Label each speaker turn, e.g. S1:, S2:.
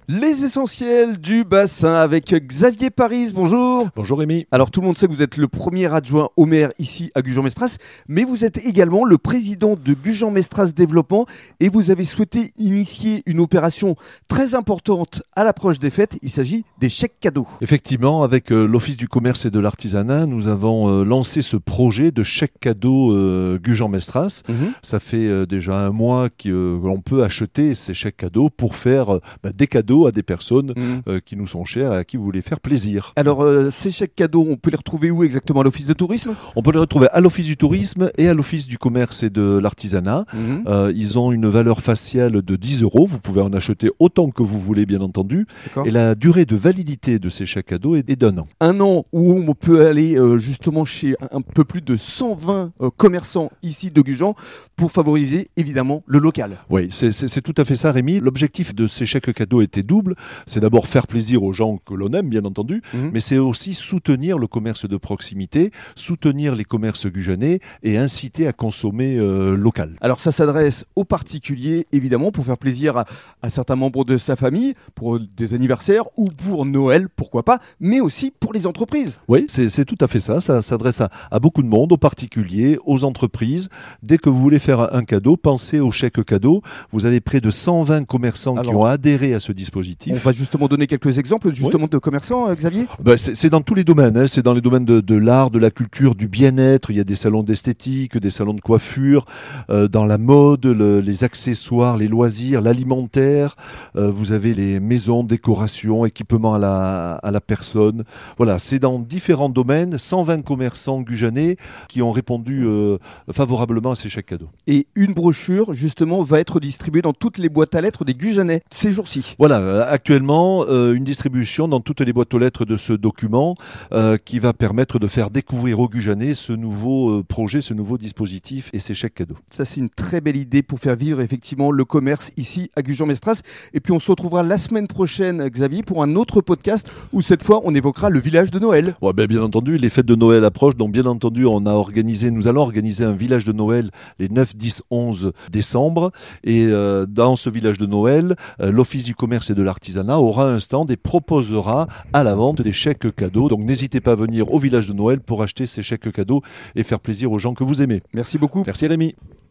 S1: Les essentiels du bassin avec Xavier Paris, bonjour.
S2: Bonjour Rémi.
S1: Alors tout le monde sait que vous êtes le premier adjoint au maire ici à Gujan-Mestras, mais vous êtes également le président de Gujan-Mestras Développement et vous avez souhaité initier une opération très importante à l'approche des fêtes, il s'agit des chèques cadeaux.
S2: Effectivement, avec l'Office du commerce et de l'artisanat, nous avons lancé ce projet de chèque cadeau Gujan-Mestras. Ça fait déjà un mois qu'on peut acheter ces chèques cadeaux pour faire des cadeaux à des personnes qui nous sont chères et à qui vous voulez faire plaisir.
S1: Alors ces chèques cadeaux, on peut les retrouver où exactement? À l'Office de tourisme?
S2: On peut les retrouver à l'Office du tourisme et à l'Office du commerce et de l'artisanat. Ils ont une valeur faciale de 10 €. Vous pouvez en acheter autant que vous voulez, bien entendu.
S1: D'accord.
S2: Et la durée de validité de ces chèques cadeaux est d'un an.
S1: Un an où on peut aller justement chez un peu plus de 120 commerçants ici de Gujan pour favoriser évidemment le local.
S2: Oui, c'est tout à fait ça, Rémi. L'objectif de ces chèques cadeaux était double. C'est d'abord faire plaisir aux gens que l'on aime, bien entendu, mais c'est aussi soutenir le commerce de proximité, soutenir les commerces gujanais et inciter à consommer local.
S1: Alors ça s'adresse aux particuliers évidemment pour faire plaisir à certains membres de sa famille, pour des anniversaires ou pour Noël, pourquoi pas, mais aussi pour les entreprises.
S2: Oui, c'est tout à fait ça. Ça s'adresse à beaucoup de monde, aux particuliers, aux entreprises. Dès que vous voulez faire un cadeau, pensez au chèque cadeau. Vous avez près de 120 commerçants qui ont adhéré à ce dispositif.
S1: On va justement donner quelques exemples de commerçants, Xavier.
S2: C'est dans tous les domaines. C'est dans les domaines de l'art, de la culture, du bien-être. Il y a des salons d'esthétique, des salons de coiffure, dans la mode, les accessoires, les loisirs, l'alimentaire. Vous avez les maisons, décorations, équipements à la personne. Voilà, c'est dans différents domaines. 120 commerçants gujanais qui ont répondu favorablement à ces chèques cadeaux.
S1: Et une brochure, justement, va être distribuée dans toutes les boîtes à lettres des Gujanais ces jours-ci.
S2: Voilà, actuellement, une distribution dans toutes les boîtes aux lettres de ce document qui va permettre de faire découvrir aux Gujanais ce nouveau projet, ce nouveau dispositif et ces chèques cadeaux.
S1: Ça, c'est une très belle idée pour faire vivre effectivement le commerce ici à Gujan-Mestras. Et puis on se retrouvera la semaine prochaine, Xavier, pour un autre podcast où cette fois on évoquera le village de Noël.
S2: Ouais, bien entendu, les fêtes de Noël approchent, donc bien entendu nous allons organiser un village de Noël les 9, 10, 11 décembre. Et dans ce village de Noël, l'Office du commerce et de l'artisanat aura un stand et proposera à la vente des chèques cadeaux. Donc n'hésitez pas à venir au village de Noël pour acheter ces chèques cadeaux et faire plaisir aux gens que vous aimez.
S1: Merci beaucoup.
S2: Merci Rémi.